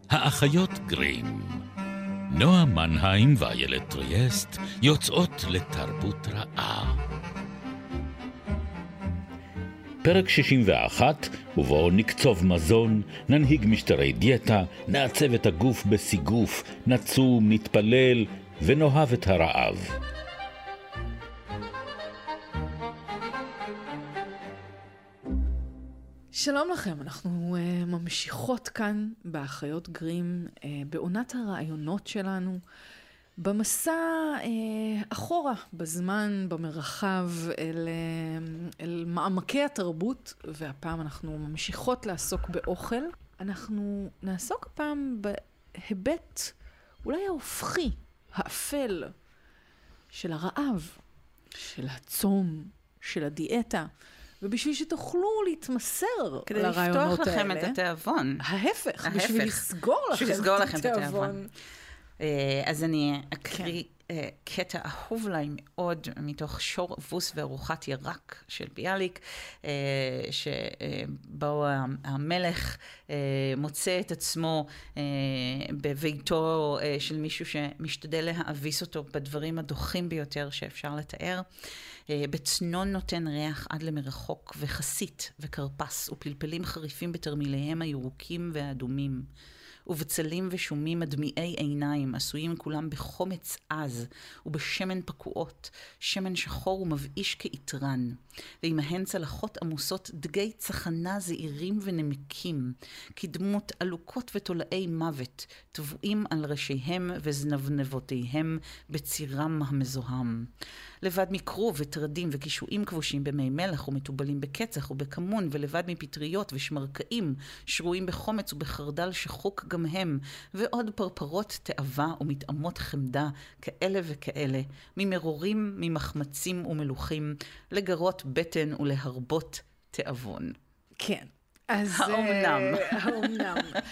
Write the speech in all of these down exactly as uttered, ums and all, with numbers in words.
האחיות גרים. נועה מנהיים ואיילת טריאסט יוצאות לתרבות רעה. פרק שישים ואחת, ובו נקצוב מזון, ננהיג משטרי דיאטה, נעצב את הגוף בסיגוף, נצום, נתפלל ונאהב את הרעב. שלום לכם, אנחנו uh, ממשיכות כאן באחיות גרים, uh, בעונת הרעיונות שלנו, במסע uh, אחורה, בזמן, במרחב, אל, uh, אל מעמקי התרבות, והפעם אנחנו ממשיכות לעסוק באוכל. אנחנו נעסוק הפעם בהיבט אולי ההופכי, האפל, של הרעב, של הצום, של הדיאטה, ובשביל שתוכלו להתמסר לרעיונות האלה. כדי לפתוח לכם את התיאבון. ההפך, ההפך. בשביל לסגור לכם, לסגור את, לכם התיאבון. את התיאבון. אז אני אקריא כן. קטע אהוב עליי מאוד, מתוך שור אבוס וארוחת ירק של ביאליק, שבו המלך מוצא את עצמו בביתו של מישהו שמשתדל להאביס אותו בדברים הדוחים ביותר שאפשר לתאר. בצנון נותן ריח עד למרחוק, וחסית וקרפס ופלפלים חריפים בתרמיליהם הירוקים והאדומים. ובצלים ושומים מדמיעי עיניים, עשויים כולם בחומץ עז ובשמן פקועות, שמן שחור ומבאיש כאיתרן, ועמהן צלחות עמוסות דגי צחנה זעירים ונמקים, כדמות עלוקות ותולעי מוות, טבועים על ראשיהם וזנבנבותיהם בצירם המזוהם. לבד מקרוב וטרדים וקישואים כבושים במי מלח ומטובלים בקצח ובכמון, ולבד מפטריות ושמרקעים שרויים בחומץ ובחרדל שחוק גם הם, ועוד פרפרות תאווה ומטעמות חמדה כאלה וכאלה, ממרורים, ממחמצים ומלוכים, לגרות בטן ולהרבות תאבון. כן. אז האומנם. האומנם.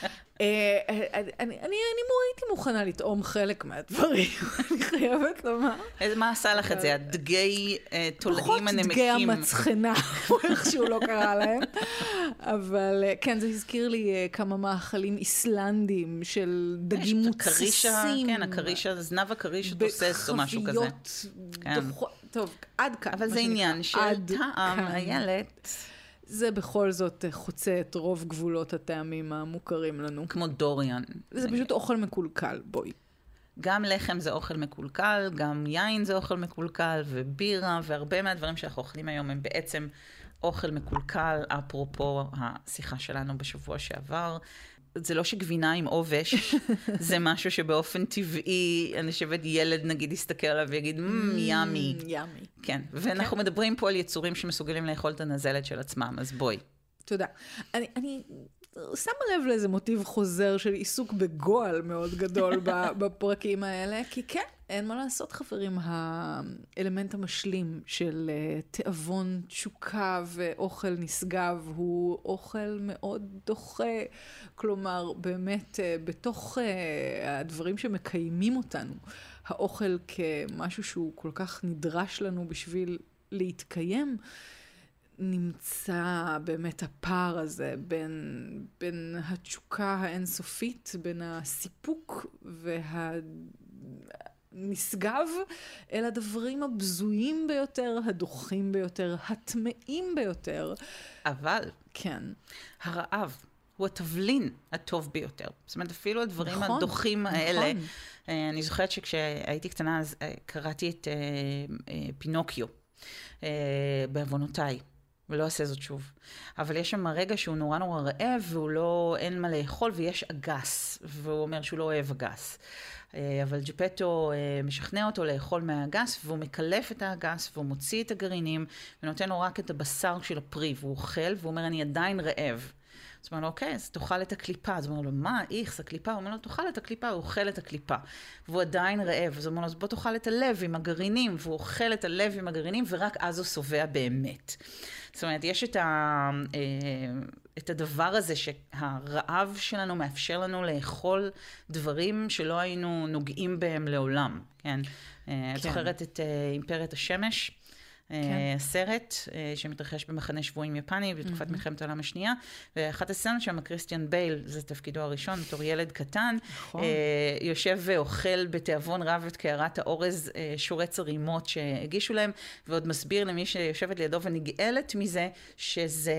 אני הייתי מוכנה לטעום חלק מהדברים, אני חייבת לומר. מה עשה לך את זה? הדגי תולעים הנמקים. פחות דגי המצחנה, או איך שהוא לא קרא להם. אבל כן, זה הזכיר לי כמה מאכלים איסלנדים של דגים מוצסים. כן, הקרישה, זנב הקרישה תוסס או משהו כזה. בחביות. טוב, עד כאן. אבל זה עניין של טעם, איילת. זה בכל זאת חוצה את רוב גבולות הטעמים המוכרים לנו. כמו דוריאן. זה פשוט אוכל מקולקל, בואי. גם לחם זה אוכל מקולקל, גם יין זה אוכל מקולקל, ובירה, והרבה מהדברים שאנחנו אוכלים היום הם בעצם אוכל מקולקל, אפרופו השיחה שלנו בשבוע שעבר. זה לא שגבינה עם עובש, זה משהו שבאופן טבעי, אני חושבת ילד נגיד יסתכל עליו ויגיד, ימי. ימי. כן, ואנחנו מדברים פה על יצורים שמסוגלים לאכול את הנזלת של עצמם, אז בואי. תודה. אני, אני שמה לב לאיזה מוטיב חוזר של עיסוק בגועל מאוד גדול בפרקים האלה, כי כן, אין מה לעשות חברים, האלמנט המשלים של תאבון, תשוקה ואוכל נשגב הוא אוכל מאוד דוחה, כלומר באמת בתוך הדברים שמקיימים אותנו, האוכל כמשהו שהוא כל כך נדרש לנו בשביל להתקיים, נמצא באמת הפער הזה בין, בין התשוקה האינסופית, בין הסיפוק והנשגב, אל הדברים הבזויים ביותר, הדוחים ביותר, הטמאים ביותר. אבל, כן. הרעב הוא התבלין הטוב ביותר. זאת אומרת, אפילו הדברים נכון, הדוחים האלה, נכון. אני זוכרת שכשהייתי קטנה, אז קראתי את פינוקיו בעוונותיי. ולא עושה זאת שוב. אבל יש שם רגע שהוא נורא נורא רעב, והוא לא, אין מה לאכול, ויש אגס, והוא אומר שהוא לא אוהב אגס. אבל ג'פטו משכנע אותו לאכול מהאגס, והוא מקלף את האגס, והוא מוציא את הגרעינים, ונותן לו רק את הבשר של הפרי, והוא אוכל, והוא אומר, אני עדיין רעב. אז הוא אומר לו, אוקיי, אז תאכל את הקליפה. אז הוא אומר לו, מה, איכס, הקליפה? הוא אומר לו, תאכל את הקליפה, הוא אוכל את הקליפה. והוא עדיין רעב. אז הוא אומר לו, אז בוא תאכל את הלב עם הגרעינים, והוא אוכל את הלב עם הגרעינים, ורק אז הוא סובע באמת. זאת אומרת, יש את, ה, את הדבר הזה שהרעב שלנו מאפשר לנו לאכול דברים שלא היינו נוגעים בהם לעולם. כן? את זוכרת את אימפריית השמש? סרט שמתרחש במחנה שבויים יפני בתקופת מלחמת העולם השנייה, ואחת הסצנות שם, קריסטיאן בייל, זה תפקידו הראשון, בתור ילד קטן, יושב ואוכל בתיאבון רב את קערת האורז שורי צרימות שהגישו להם, ועוד מסביר למי שיושבת לידו ונגאלת מזה, שזה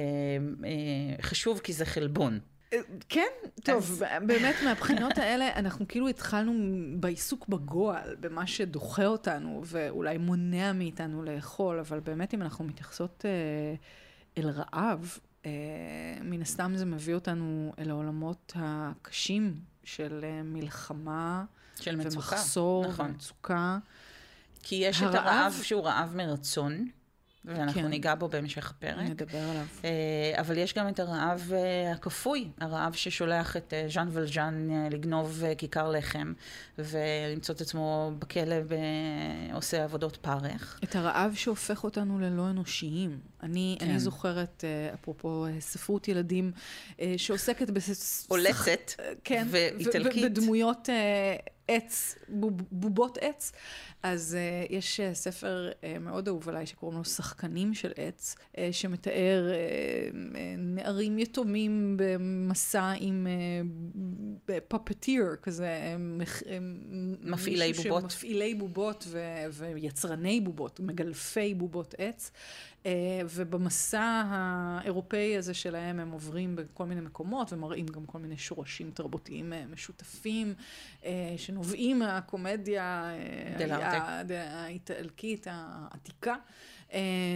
חשוב כי זה חלבון. כן, טוב, באמת מהבחינות האלה אנחנו כאילו התחלנו בעיסוק בגועל, במה שדוחה אותנו ואולי מונע מאיתנו לאכול, אבל באמת אם אנחנו מתייחסות אל רעב, מן הסתם זה מביא אותנו אל העולמות הקשים של מלחמה, של מצוקה, ומחסור, נכון. ומצוקה. כי יש הרעב, את הרעב שהוא רעב מרצון, ואנחנו כן. ניגע בו בהמשך הפרק. נדבר עליו. אבל יש גם את הרעב הכפוי, הרעב ששולח את ז'אן ולז'אן לגנוב כיכר לחם, ולמצוא את עצמו בכלא ועושה עבודות פרך. את הרעב שהופך אותנו ללא אנושיים. אני, כן. אני זוכרת, אפרופו ספרות ילדים, שעוסקת בס... הולצת כן, ואיטלקית. ובדמויות עץ, בובות עץ. אז uh, יש uh, ספר uh, מאוד אהוב עליי שקוראים לו שחקנים של עץ, uh, שמתאר uh, uh, נערים יתומים במסע עם uh, פופטיר, כזה, uh, uh, מפעילי בובות. מפעילי בובות ו- ויצרני בובות, מגלפי בובות עץ. Uh, ובמסע האירופאי הזה שלהם הם עוברים בכל מיני מקומות ומראים גם כל מיני שורשים תרבותיים uh, משותפים uh, שנובעים מהקומדיה uh, האיטלקית העתיקה. uh,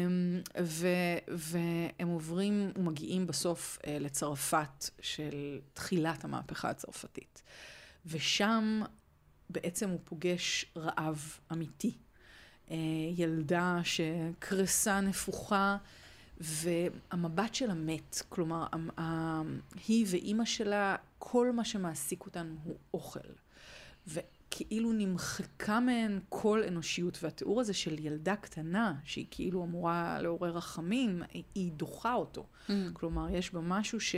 ו- והם עוברים ומגיעים בסוף uh, לצרפת של תחילת המהפכה הצרפתית. ושם בעצם הוא פוגש רעב אמיתי. ילדה שקרסה נפוחה, והמבט שלה מת. כלומר, היא ואימא שלה, כל מה שמעסיק אותן הוא אוכל. וכאילו נמחקה מהן כל אנושיות. והתיאור הזה של ילדה קטנה, שהיא כאילו אמורה לעורר רחמים, היא דוחה אותו. Mm. כלומר, יש בה משהו ש...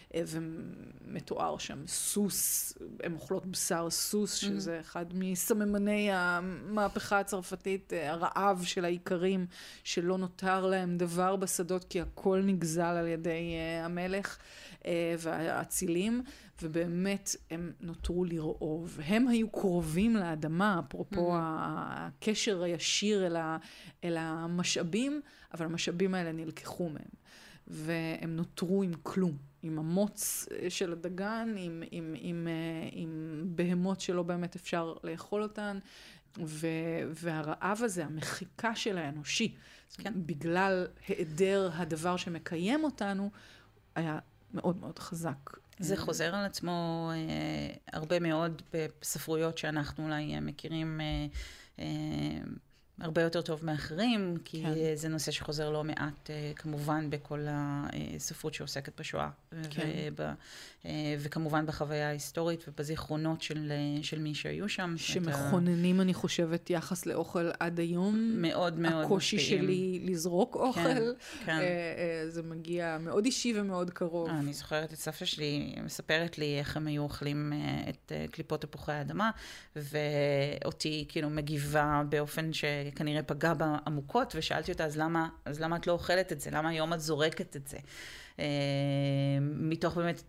ומתואר שם סוס, הן אוכלות בשר סוס, mm. שזה אחד מסממני המהפכה הצרפתית, הרעב של העיקרים, שלא נותר להם דבר בשדות, כי הכל נגזל על ידי המלך והאצילים, ובאמת הם נותרו לרעוב. הם היו קרובים לאדמה, אפרופו mm. הקשר הישיר אל, ה, אל המשאבים, אבל המשאבים האלה נלקחו מהם. והם נותרו עם כלום, עם המוץ של הדגן, עם, עם, עם, עם בהמות שלא באמת אפשר לאכול אותן, ו, והרעב הזה, המחיקה של האנושי, כן. בגלל היעדר הדבר שמקיים אותנו, היה מאוד מאוד חזק. זה חוזר על עצמו אה, הרבה מאוד בספרויות שאנחנו אולי מכירים אה, אה, הרבה יותר טוב מאחרים, כי כן. זה נושא שחוזר לא מעט, כמובן, בכל הספרות שעוסקת בשואה, כן. וב, וכמובן בחוויה ההיסטורית ובזיכרונות של, של מי שהיו שם. שמכוננים, ה... אני חושבת, יחס לאוכל עד היום. מאוד מאוד. הקושי משפיעים. שלי לזרוק אוכל, כן, כן. זה מגיע מאוד אישי ומאוד קרוב. אני זוכרת את סבתא שלי, מספרת לי איך הם היו אוכלים את קליפות תפוחי האדמה, ואותי כאילו מגיבה באופן ש... כנראה פגע בעמוקות, ושאלתי אותה, אז למה, אז למה את לא אוכלת את זה? למה היום את זורקת את זה? מתוך באמת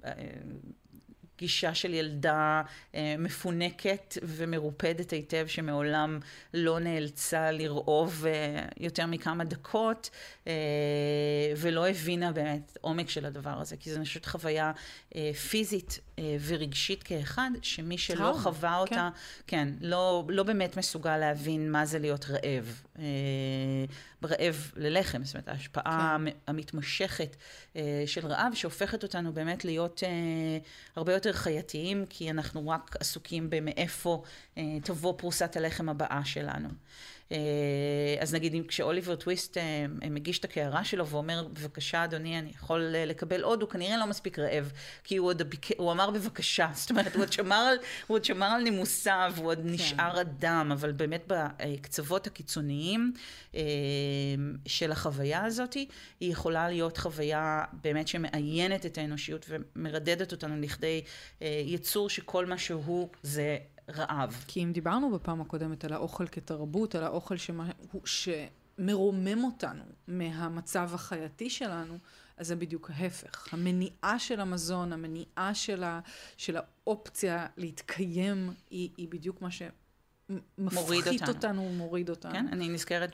גישה של ילדה מפונקת ומרופדת היטב, שמעולם לא נאלצה לרעוב יותר מכמה דקות, ולא הבינה באמת עומק של הדבר הזה, כי זו פשוט חוויה פיזית ורגשית כאחד, שמי שלא חווה אותה, כן, לא, לא באמת מסוגל להבין מה זה להיות רעב. רעב ללחם, זאת אומרת, ההשפעה כן. המתמשכת של רעב, שהופכת אותנו באמת להיות הרבה יותר חייתיים, כי אנחנו רק עסוקים במאיפה תבוא פרוסת הלחם הבאה שלנו. אז נגיד, כשאוליבר טוויסט מגיש את הקערה שלו ואומר, בבקשה אדוני, אני יכול לקבל עוד, הוא כנראה לא מספיק רעב, כי הוא, עוד, הוא אמר בבקשה, זאת אומרת, הוא עוד שמר על, הוא עוד שמר על נימוסיו, הוא עוד נשאר אדם, אבל באמת בקצוות הקיצוניים של החוויה הזאת, היא יכולה להיות חוויה באמת שמעיינת את האנושיות ומרדדת אותנו לכדי יצור שכל מה שהוא זה רעב. כי אם דיברנו בפעם הקודמת על האוכל כתרבות, על האוכל שמה, ש, מרומם אותנו מהמצב החייתי שלנו, אז זה בדיוק ההפך. המניעה של המזון, המניעה של, ה, של האופציה להתקיים, היא, היא בדיוק מה שמפחית אותנו. אותנו ומוריד אותנו. כן, אני נזכרת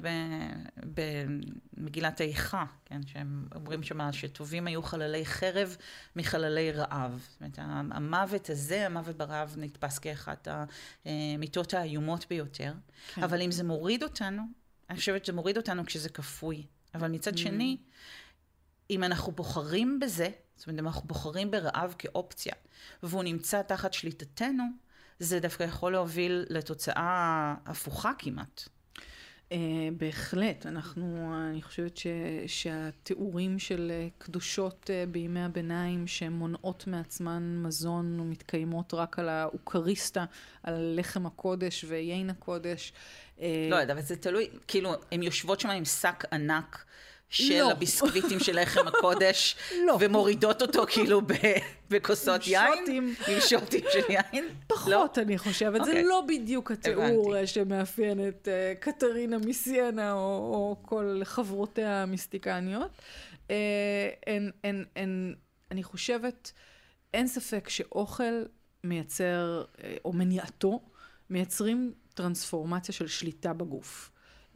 במגילת האיכה, כן, שהם אומרים שמה, שטובים היו חללי חרב מחללי רעב. זאת אומרת, המוות הזה, המוות ברעב, נתפס כאחת המיתות האיומות ביותר. כן. אבל אם זה מוריד אותנו, אני חושבת שזה מוריד אותנו כשזה כפוי. אבל מצד שני, אם אנחנו בוחרים בזה, זאת אומרת, אם אנחנו בוחרים ברעב כאופציה, והוא נמצא תחת שליטתנו, זה דווקא יכול להוביל לתוצאה הפוכה כמעט. Uh, בהחלט. אנחנו, אני חושבת ש, שהתיאורים של קדושות uh, בימי הביניים, שמונעות מעצמן מזון ומתקיימות רק על האוקריסטה, על לחם הקודש ויין הקודש. Uh, לא יודע, אבל זה תלוי, כאילו, הן יושבות שם עם שק ענק, של לא. הביסקוויטים של לחם הקודש, לא. ומורידות אותו כאילו בכוסות יין, עם שוטים של יין. פחות, לא? אני חושבת. Okay. זה לא בדיוק התיאור הבנתי. שמאפיין את uh, קטרינה מסיינה, או, או כל חברותיה המיסטיקניות. Uh, אין, אין, אין, אני חושבת, אין ספק שאוכל מייצר, uh, או מניעתו, מייצרים טרנספורמציה של שליטה בגוף. Uh,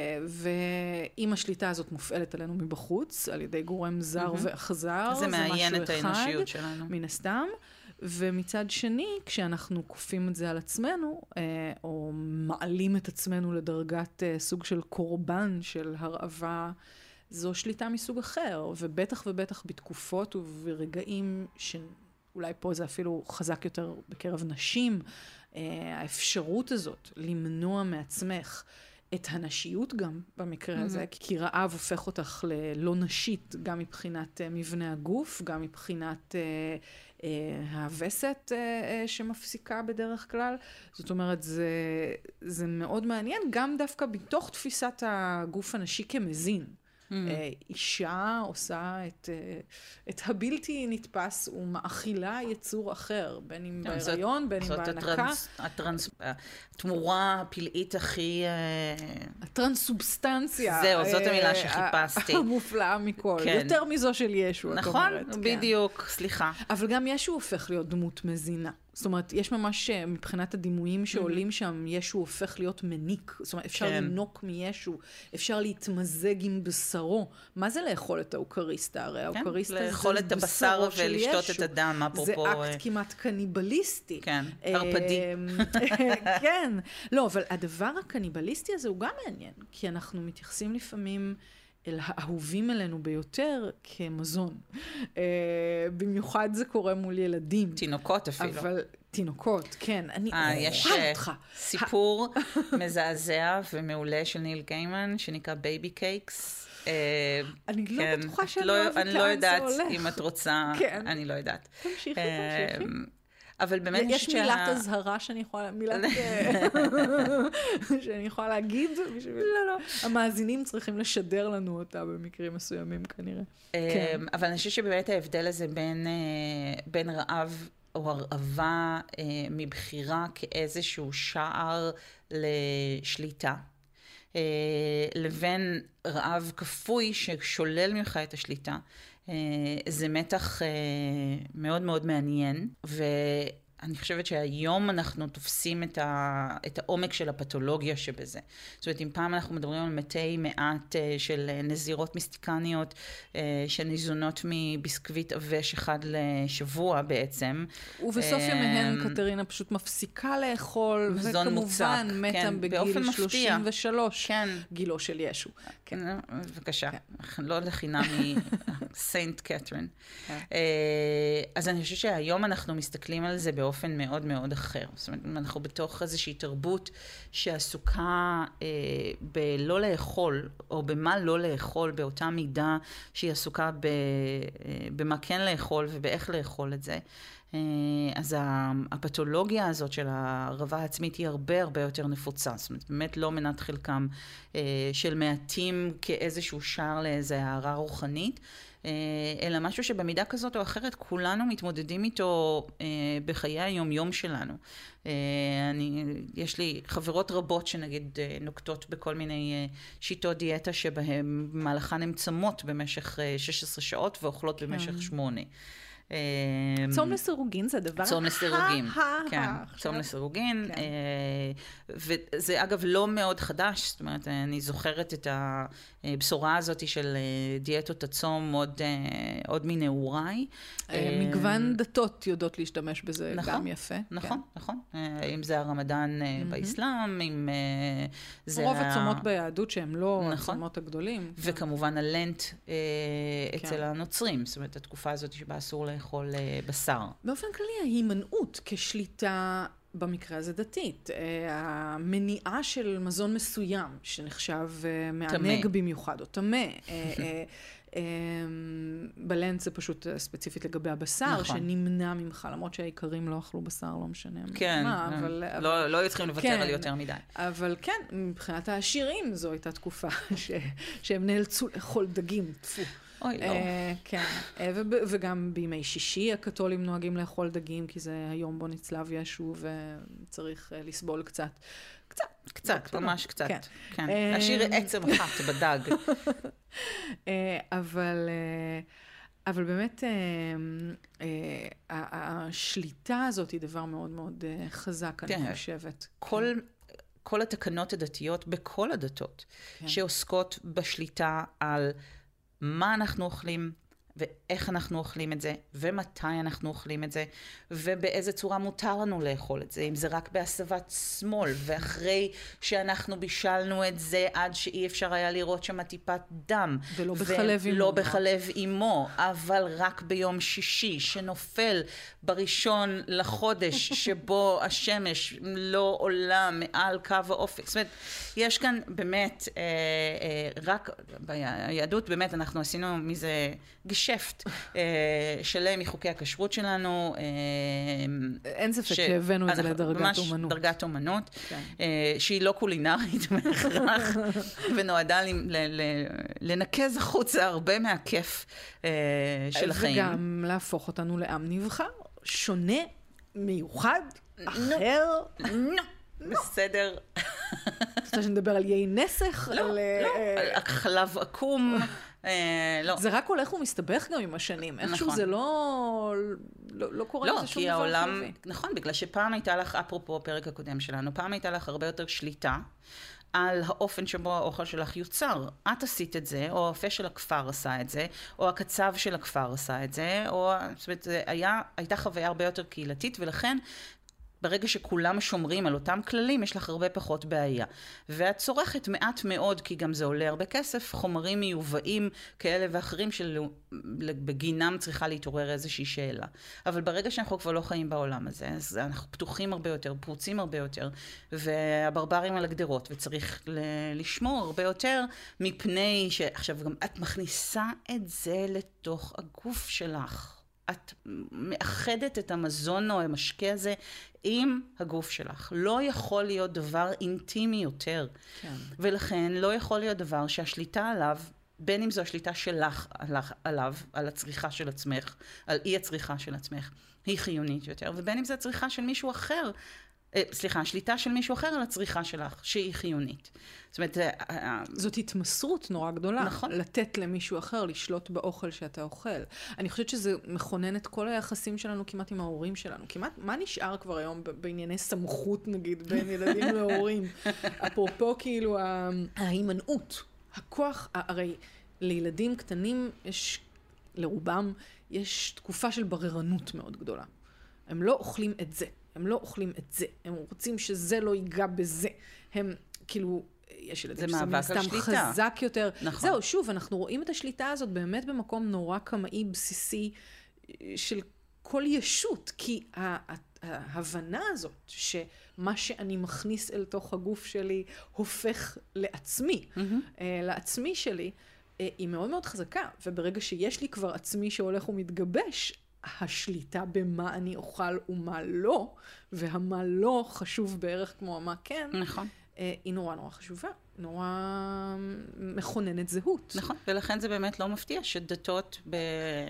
ואם השליטה הזאת מופעלת עלינו מבחוץ, על ידי גורם זר mm-hmm. ואכזר, זה, זה מעיין את האנושיות שלנו. מן הסתם. ומצד שני, כשאנחנו כופים את זה על עצמנו, uh, או מעלים את עצמנו לדרגת uh, סוג של קורבן, של הרעבה, זו שליטה מסוג אחר. ובטח ובטח בתקופות וברגעים, שאולי פה זה אפילו חזק יותר בקרב נשים, uh, האפשרות הזאת למנוע מעצמך, את הנשיות גם במקרה mm-hmm. הזה, כי רעב הופך אותך ללא נשית, גם מבחינת uh, מבנה הגוף, גם מבחינת uh, uh, הווסת uh, uh, שמפסיקה בדרך כלל. זאת אומרת, זה, זה מאוד מעניין, גם דווקא בתוך תפיסת הגוף הנשי כמזין. Mm. אישה עושה את, את הבלתי נתפס ומאכילה יצור אחר, בין אם בהיריון, בין אם בהנקה. זאת התמורה הפלאית הכי... הטרנסובסטנציה. זהו, זאת המילה שחיפשתי. המופלאה מכל. יותר מזו של ישו, את אומרת. נכון, בדיוק, סליחה. אבל גם ישו הופך להיות דמות מזינה. זאת אומרת, יש ממש מבחינת הדימויים שעולים שם, ישו הופך להיות מניק. זאת אומרת, אפשר לנוק מישו, אפשר להתמזג עם בשרו. מה זה לאכול את האוקריסטה? הרי האוקריסטה זה לאכול את הבשר ולשתות את הדם, אפרופו... זה אקט כמעט קניבליסטי. כן, ערפדי. כן. לא, אבל הדבר הקניבליסטי הזה הוא גם מעניין, כי אנחנו מתייחסים לפעמים אל האהובים אלינו ביותר כמזון. במיוחד זה קורה מול ילדים. תינוקות אפילו. אבל תינוקות, כן. אני אוכל אותך. סיפור מזעזע ומעולה של ניל גיימן, שנקרא בייבי קייקס. אני לא בטוחה שאני לא אוהבת לאן זה הולך. אני לא יודעת אם את רוצה, אני לא יודעת. תמשיכי, תמשיכי. אבל באמת יש שה... מילת הזהרה שאני יכולה, מילת שאני יכולה להגיד, לא, לא. המאזינים צריכים לשדר לנו אותה במקרים מסוימים כנראה. כן. אבל אני חושבת שבאמת ההבדל הזה בין, בין רעב או הרעבה מבחירה כאיזשהו שער לשליטה, לבין רעב כפוי ששולל ממך את השליטה, זה מתח מאוד מאוד מעניין, ואני חושבת שהיום אנחנו תופסים את, ה, את העומק של הפתולוגיה שבזה. זאת אומרת, אם פעם אנחנו מדברים על מתי מעט של נזירות מיסטיקניות, שניזונות מביסקוויט עבש אחד לשבוע בעצם. ובסוף ימיהן קטרינה פשוט מפסיקה לאכול, וכמובן מתה כן, בגיל שלושים ושלוש, כן. גילו של ישו. כן. בבקשה, כן. לא לחינם מסיינט קטרין. כן. אז אני חושבת שהיום אנחנו מסתכלים על זה באופן מאוד מאוד אחר. זאת אומרת, אנחנו בתוך איזושהי תרבות שעסוקה אה, בלא לאכול, או במה לא לאכול, באותה מידה שהיא עסוקה ב, אה, במה כן לאכול ובאיך לאכול את זה. אז הפתולוגיה הזאת של הרעבה העצמית היא הרבה הרבה יותר נפוצה. זאת אומרת, באמת לא מנת חלקם של מעטים כאיזשהו שער לאיזו הערה רוחנית, אלא משהו שבמידה כזאת או אחרת כולנו מתמודדים איתו בחיי היום-יום שלנו. אני, יש לי חברות רבות שנגיד נוקטות בכל מיני שיטות דיאטה שבהן במהלכן הן צמות במשך שש עשרה שעות ואוכלות במשך שמונה. צום לסירוגין זה דבר... צום לסירוגין, כן, צום לסירוגין, וזה אגב לא מאוד חדש, זאת אומרת, אני זוכרת את הבשורה הזאת של דיאטות הצום עוד מנעוריי. מגוון דתות יודעות להשתמש בזה גם יפה. נכון, נכון, אם זה הרמדאן באסלאם, אם זה... רוב הצומות ביהדות שהם לא הצומות הגדולים. וכמובן הלנט אצל הנוצרים, זאת אומרת, התקופה הזאת שבה אסור לה לאכול בשר. באופן כללי, ההימנעות כשליטה במקרה הזה דתית. המניעה של מזון מסוים שנחשב מענג במיוחד או טמא. בלנט זה פשוט ספציפית לגבי הבשר, שנמנע ממך, למרות שהעיקרים לא אכלו בשר, לא משנה. כן, לא היו צריכים לוותר על יותר מדי. אבל כן, מבחינת העשירים זו הייתה תקופה שהם נאלצו לאכול דגים, טפו. אוי, לא. כן, וגם בימי שישי הקתולים נוהגים לאכול דגים, כי זה היום בו נצלב ישו וצריך לסבול קצת. קצת. קצת, ממש קצת. כן. להשאיר עצם אחת בדג. אבל... אבל באמת, השליטה הזאת היא דבר מאוד מאוד חזק, אני חושבת. כל... כל התקנות הדתיות, בכל הדתות, שעוסקות בשליטה על מה אנחנו אוכלים, ואיך אנחנו אוכלים את זה, ומתי אנחנו אוכלים את זה, ובאיזה צורה מותר לנו לאכול את זה, אם זה רק בהסבת שמאל, ואחרי שאנחנו בישלנו את זה עד שאי אפשר היה לראות שם טיפת דם. ולא בחלב אימו. ולא בחלב אימו, אבל רק ביום שישי, שנופל בראשון לחודש, שבו השמש לא עולה מעל קו האופק. זאת אומרת, יש כאן באמת, אה, אה, רק ביהדות באמת אנחנו עשינו מזה גשפט אה, שלם מחוקי הכשרות שלנו. אה, אין ספק שהבאנו את זה לדרגת אומנות. ממש דרגת אומנות, כן. אה, שהיא לא קולינרית בהכרח, ונועדה ל, ל, ל, לנקז החוצה הרבה מהכיף אה, של החיים. וגם להפוך אותנו לעם נבחר, שונה, מיוחד, אחר. לא. בסדר. רוצה שנדבר על יי נסך? לא, לא. על חלב עקום. לא. זה רק הולך ומסתבך גם עם השנים. איכשהו זה לא לא קורה לא, לזה שום כי דבר העולם, חיובי. נכון, בגלל שפעם הייתה לך, אפרופו הפרק הקודם שלנו, פעם הייתה לך הרבה יותר שליטה על האופן שבו האוכל שלך יוצר. את עשית את זה, או האפה של הכפר עשה את זה, או הקצב של הכפר עשה את זה, או, זאת אומרת, זה היה, הייתה חוויה הרבה יותר קהילתית, ולכן ברגע שכולם שומרים על אותם כללים, יש לך הרבה פחות בעיה. ואת צורכת מעט מאוד, כי גם זה עולה הרבה כסף, חומרים מיובאים כאלה ואחרים שבגינם צריכה להתעורר איזושהי שאלה. אבל ברגע שאנחנו כבר לא חיים בעולם הזה, אז אנחנו פתוחים הרבה יותר, פרוצים הרבה יותר, והברברים על הגדרות, וצריך לשמור הרבה יותר מפני שעכשיו גם את מכניסה את זה לתוך הגוף שלך. את מאחדת את המזון או המשקה הזה עם הגוף שלך. לא יכול להיות דבר אינטימי יותר. כן. ולכן לא יכול להיות דבר שהשליטה עליו, בין אם זו השליטה שלך עליו, על הצריכה של עצמך, על אי הצריכה של עצמך, היא חיונית יותר, ובין אם זו הצריכה של מישהו אחר, סליחה, השליטה של מישהו אחר על הצריכה שלך, שהיא חיונית. זאת אומרת, זאת התמסרות נורא גדולה. נכון. לתת למישהו אחר, לשלוט באוכל שאתה אוכל. אני חושבת שזה מכונן את כל היחסים שלנו כמעט עם ההורים שלנו. כמעט, מה נשאר כבר היום בענייני סמכות, נגיד, בין ילדים להורים? אפרופו, כאילו, ההימנעות, הכוח, הרי לילדים קטנים יש, לרובם, יש תקופה של בררנות מאוד גדולה. הם לא אוכלים את זה. הם לא אוכלים את זה, הם רוצים שזה לא ייגע בזה. הם, כאילו, יש ילדים שזה מסתם חזק יותר. נכון. זהו, שוב, אנחנו רואים את השליטה הזאת באמת במקום נורא קמאי בסיסי של כל ישות, כי ההבנה הזאת שמה שאני מכניס אל תוך הגוף שלי הופך לעצמי, mm-hmm. לעצמי שלי, היא מאוד מאוד חזקה, וברגע שיש לי כבר עצמי שהולך ומתגבש, השליטה במה אני אוכל ומה לא, והמה לא חשוב בערך כמו מה כן. נכון. היא נורא נורא חשובה, נורא מכוננת זהות. נכון, ולכן זה באמת לא מפתיע שדתות ב...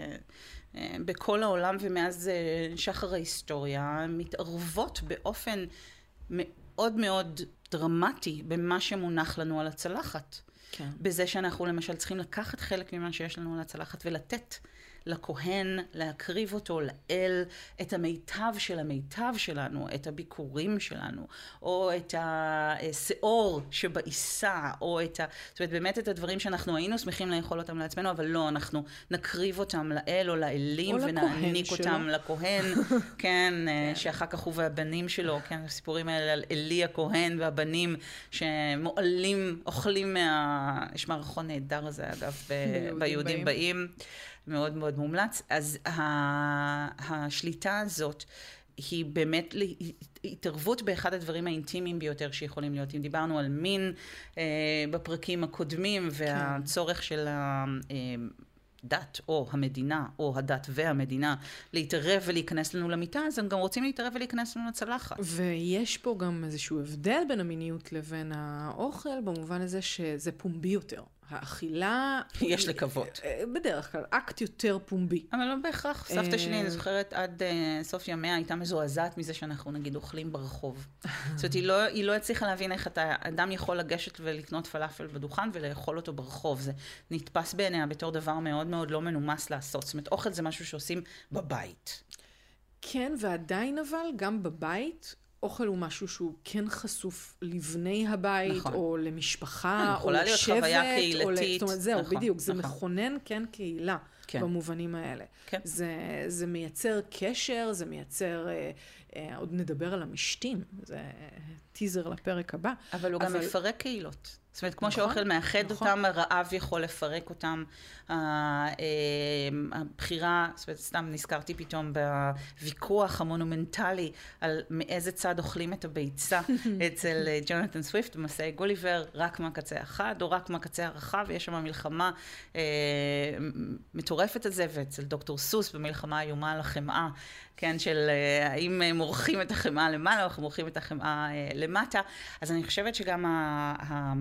בכל העולם ומאז שחר ההיסטוריה מתערבות באופן מאוד מאוד דרמטי במה שמונח לנו על הצלחת. כן. בזה שאנחנו למשל צריכים לקחת חלק ממה שיש לנו על הצלחת ולתת לכהן, להקריב אותו, לאל, את המיטב של המיטב שלנו, את הביקורים שלנו, או את השאור שבעיסה, או את ה... זאת אומרת, באמת את הדברים שאנחנו היינו שמחים לאכול אותם לעצמנו, אבל לא, אנחנו נקריב אותם לאל או לאלים, או ונעניק לכהן אותם שלו. לכהן, כן, שאחר כך הוא והבנים שלו, כן, הסיפורים האלה על אלי הכהן והבנים שמועלים, אוכלים מה... יש מערכון נהדר הזה, אגב, ב... ביהודים באים. מאוד מאוד מומלץ. אז השליטה הזאת היא באמת התערבות באחד הדברים האינטימיים ביותר שיכולים להיות. אם דיברנו על מין אה, בפרקים הקודמים, והצורך של הדת או המדינה, או הדת והמדינה, להתערב ולהיכנס לנו למיטה, אז הם גם רוצים להתערב ולהיכנס לנו לצלחת. ויש פה גם איזשהו הבדל בין המיניות לבין האוכל, במובן הזה שזה פומבי יותר. האכילה... יש לקוות. בדרך כלל, אקט יותר פומבי. אבל לא בהכרח. סבתא שלי, אני זוכרת, עד סוף ימיה הייתה מזועזעת מזה שאנחנו נגיד אוכלים ברחוב. זאת אומרת, היא לא, היא לא הצליחה להבין איך האדם יכול לגשת ולקנות פלאפל בדוכן ולאכול אותו ברחוב. זה נתפס בעיניה בתור דבר מאוד מאוד לא מנומס לעשות. זאת אומרת, אוכל זה משהו שעושים בבית. כן, ועדיין אבל, גם בבית... אוכל הוא משהו שהוא כן חשוף לבני הבית, נכון. או למשפחה, או לשבט. יכולה להיות חוויה קהילתית. זאת אומרת, זהו, נכון, בדיוק. זה נכון. מכונן כן קהילה, כן. במובנים האלה. כן. זה, זה מייצר קשר, זה מייצר, אה, אה, עוד נדבר על המשתים, זה טיזר לפרק הבא. אבל הוא אבל... גם מפרק קהילות. זאת אומרת, כמו נכון, שאוכל מאחד נכון. אותם, הרעב יכול לפרק אותם. הבחירה, זאת אומרת, סתם נזכרתי פתאום בוויכוח המונומנטלי על מאיזה צד אוכלים את הביצה אצל ג'ונתן סוויפט במסעי גוליבר, רק מהקצה האחד או רק מהקצה הרחב, ויש שם מלחמה אה, מטורפת על זה, ואצל דוקטור סוס במלחמה איומה על החמאה, כן, של אה, האם מורחים את החמאה למעלה או מורחים את החמאה אה, למטה. אז אני חושבת שגם ה... ה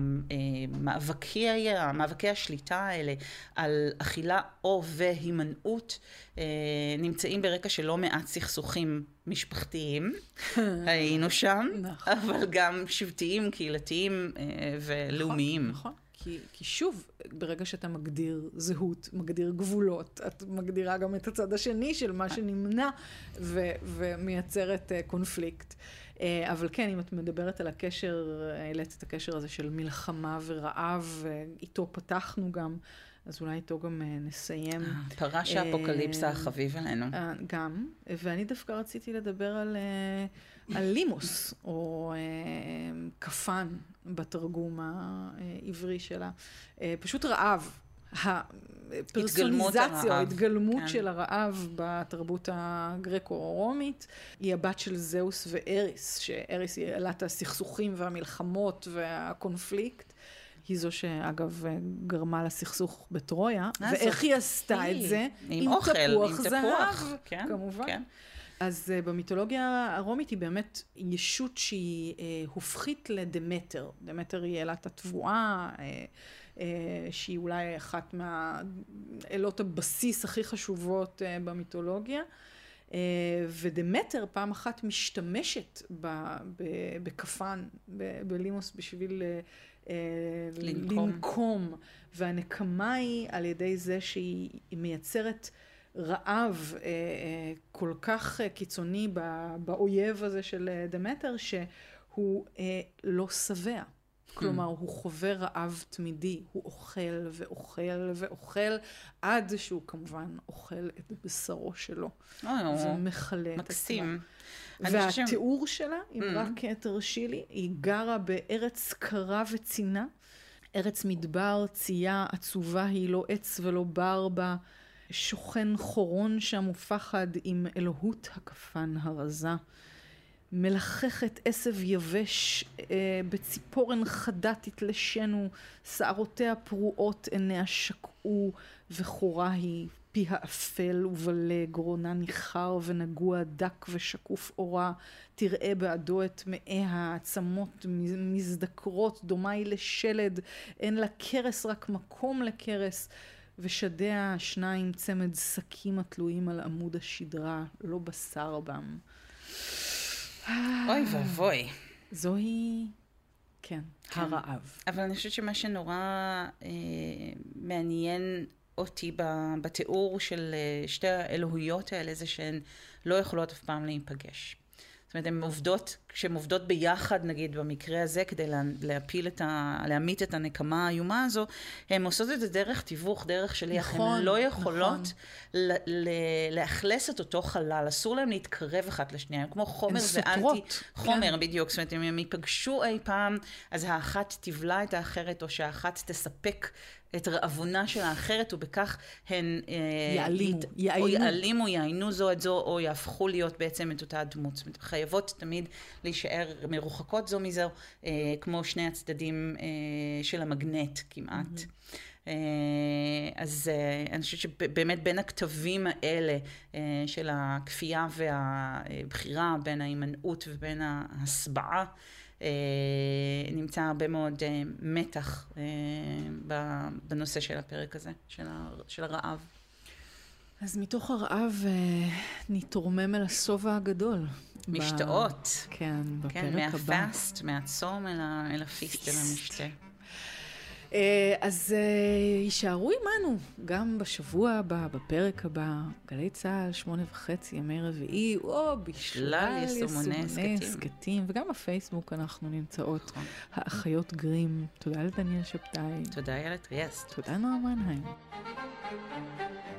מאבקי, מאבקי השליטה האלה על אכילה או והימנעות נמצאים ברקע של לא מעט סכסוכים משפחתיים, היינו שם, אבל גם שבטיים, קהילתיים ולאומיים. נכון, כי, כי שוב, ברגע שאתה מגדיר זהות, מגדיר גבולות, את מגדירה גם את הצד השני של מה שנמנע ו- ומייצרת קונפליקט. אבל כן, אם את מדברת על הקשר, העלית את הקשר הזה של מלחמה ורעב, איתו פתחנו גם, אז אולי איתו גם נסיים. פרש האפוקליפסה החביב עלינו. גם, ואני דווקא רציתי לדבר על, על לימוס, או כפן בתרגום העברי שלה. פשוט רעב. הפרסוניזציה, ההתגלמות של הרעב בתרבות הגרקו-רומית, היא הבת של זהוס ואריס, שאריס היא עלת הסכסוכים והמלחמות והקונפליקט, היא זו שאגב גרמה לסכסוך בטרויה, ואיך היא עשתה את זה? עם אוכל, עם תפוח, כמובן. אז במיתולוגיה הרומית היא באמת ישות שהיא הופכית לדמטר. דמטר היא אלת התבואה, שהיא אולי אחת מהאלות הבסיס הכי חשובות במיתולוגיה. ודמטר פעם אחת משתמשת בכפן, בלימוס בשביל לנקום. לנקום. והנקמה היא על ידי זה שהיא מייצרת רעב כל כך קיצוני באויב הזה של דמטר, שהוא לא שבע. כלומר, הוא חווה רעב תמידי, הוא אוכל ואוכל ואוכל, עד שהוא כמובן אוכל את בשרו שלו. ומחלה את עצמו. והתיאור שלה, אם רק תרשי לי, היא גרה בארץ קרה וצינה, ארץ מדבר, צייה, עצובה היא לא עץ ולא בר בה, שוכן חורון שם ופחד עם אלוהות הכפן הרזה. מלחכת עשב יבש, אה, בציפורן חדה תתלשנו, שערותיה פרועות עיניה שקעו, וחורה היא פי האפל ובלה, גרונה ניחר ונגוע דק ושקוף אורה, תראה בעדו את מאי העצמות מזדקרות, דומה היא לשלד, אין לה קרס, רק מקום לקרס, ושדיה שניים צמד שקים התלויים על עמוד השדרה, לא בשר בם. אוי ובוי. זוהי, כן, כן. הרעב. אבל אני חושבת שמה שנורא אה, מעניין אותי בתיאור של שתי האלוהויות האלה, זה שהן לא יכולות אף פעם להיפגש. זאת אומרת, הן עובדות, כשהן עובדות ביחד, נגיד, במקרה הזה, כדי לה, להפיל את ה... להמית את הנקמה האיומה הזו, הן עושות את זה דרך תיווך, דרך שליח. נכון, הן לא יכולות נכון. ל- ל- לאכלס את אותו חלל, אסור להם להתקרב אחת לשנייה, כמו חומר ואנטי חומר, כן. בדיוק. זאת אומרת, אם הם ייפגשו אי פעם, אז האחת תבלע את האחרת, או שהאחת תספק את רעבונה של האחרת, ובכך הן יעלימו, ית... יעינו. או יעלימו, יעינו זו את זו, או יהפכו להיות בעצם את אותה דמות. זאת אומרת, חייבות תמיד להישאר מרוחקות זו מזו, אה, כמו שני הצדדים אה, של המגנט כמעט. Mm-hmm. אה, אז אה, אני חושבת שבאמת בין הכתבים האלה אה, של הכפייה והבחירה, בין ההימנעות ובין ההסבעה, Uh, נמצא הרבה מאוד uh, מתח uh, בנושא של הפרק הזה, של, ה, של הרעב. אז מתוך הרעב uh, נתרומם אל הסובה הגדול. משתאות. ב... כן, בפרק כן, הבא. מהפסט, מהצום אל, ה, אל הפיסט, אל המשתה. Uh, אז uh, יישארו עמנו, גם בשבוע הבא, בפרק הבא, גלי צהל, שמונה וחצי, ימי רביעי, או בשלל יישומוני סקטים, וגם בפייסבוק אנחנו נמצאות, האחיות גרים. תודה לדניאל שבתאי. תודה איילת ריאסט. תודה נועה מנהיים.